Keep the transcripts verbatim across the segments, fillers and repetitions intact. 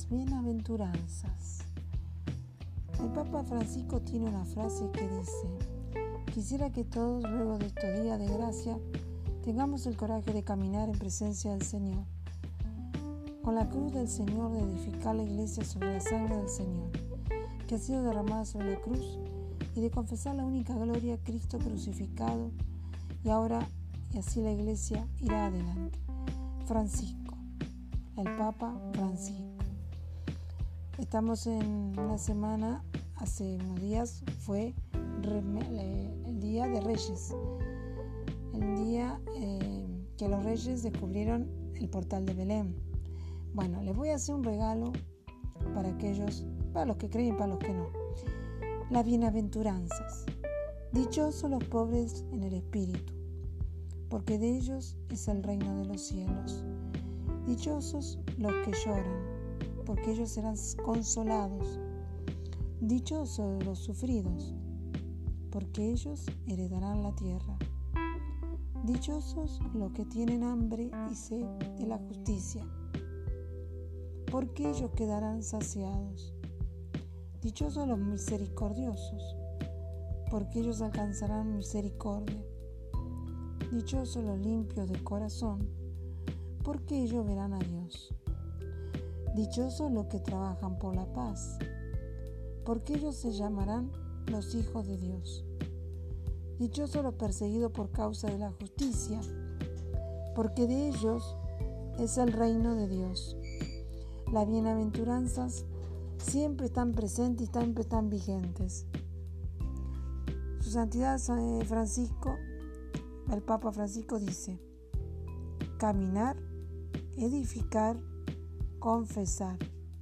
Las bienaventuranzas. El Papa Francisco tiene una frase que dice: quisiera que todos, luego de estos días de gracia, tengamos el coraje de caminar en presencia del Señor, con la cruz del Señor, de edificar la iglesia sobre la sangre del Señor, que ha sido derramada sobre la cruz, y de confesar la única gloria a Cristo crucificado, y ahora, y así la iglesia irá adelante. Francisco, el Papa Francisco. Estamos en una semana, hace unos días fue el Día de Reyes, el día eh, que los reyes descubrieron el portal de Belén. Bueno, les voy a hacer un regalo para aquellos, para los que creen y para los que no. Las bienaventuranzas. Dichosos los pobres en el espíritu, porque de ellos es el reino de los cielos. Dichosos los que lloran, porque ellos serán consolados. Dichosos los sufridos, porque ellos heredarán la tierra. Dichosos los que tienen hambre y sed de la justicia, porque ellos quedarán saciados. Dichosos los misericordiosos, porque ellos alcanzarán misericordia. Dichosos los limpios de corazón, porque ellos verán a Dios. Dichosos los que trabajan por la paz, porque ellos se llamarán los hijos de Dios. Dichosos los perseguidos por causa de la justicia, porque de ellos es el reino de Dios. Las bienaventuranzas siempre están presentes y siempre están vigentes. Su Santidad Francisco, el Papa Francisco, dice: caminar, edificar, confesar.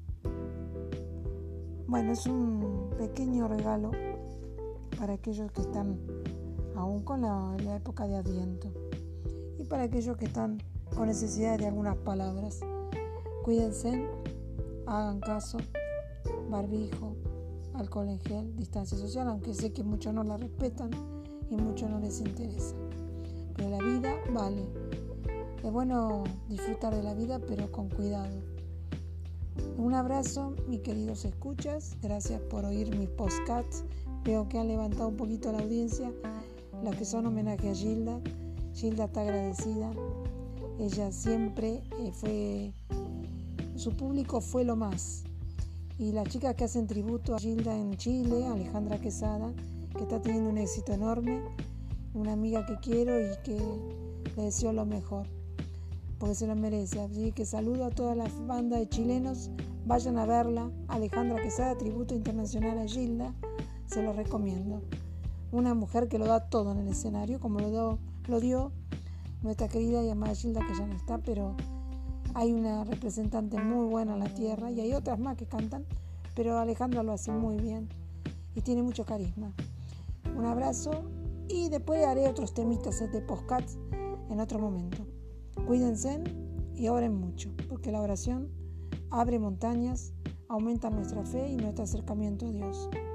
Bueno, es un pequeño regalo para aquellos que están aún con la, la época de Adviento y para aquellos que están con necesidad de algunas palabras. Cuídense, hagan caso, barbijo, alcohol en gel, distancia social, aunque sé que muchos no la respetan y muchos no les interesa. Pero la vida vale. Es bueno disfrutar de la vida, pero con cuidado. Un abrazo, mis queridos escuchas. Gracias por oír mis podcasts. Veo que han levantado un poquito la audiencia. Los que son homenaje a Gilda. Gilda está agradecida. Ella siempre eh, fue... Su público fue lo más. Y las chicas que hacen tributo a Gilda en Chile, Alejandra Quesada, que está teniendo un éxito enorme. Una amiga que quiero y que le deseo lo mejor, porque se lo merece. Así que saludo a todas las bandas de chilenos, vayan a verla. Alejandra Quesada, tributo internacional a Gilda, se lo recomiendo. Una mujer que lo da todo en el escenario, como lo, do, lo dio nuestra querida y amada Gilda, que ya no está, pero hay una representante muy buena en la tierra y hay otras más que cantan, pero Alejandra lo hace muy bien y tiene mucho carisma. Un abrazo y después haré otros temitas de podcast en otro momento. Cuídense y oren mucho, porque la oración abre montañas, aumenta nuestra fe y nuestro acercamiento a Dios.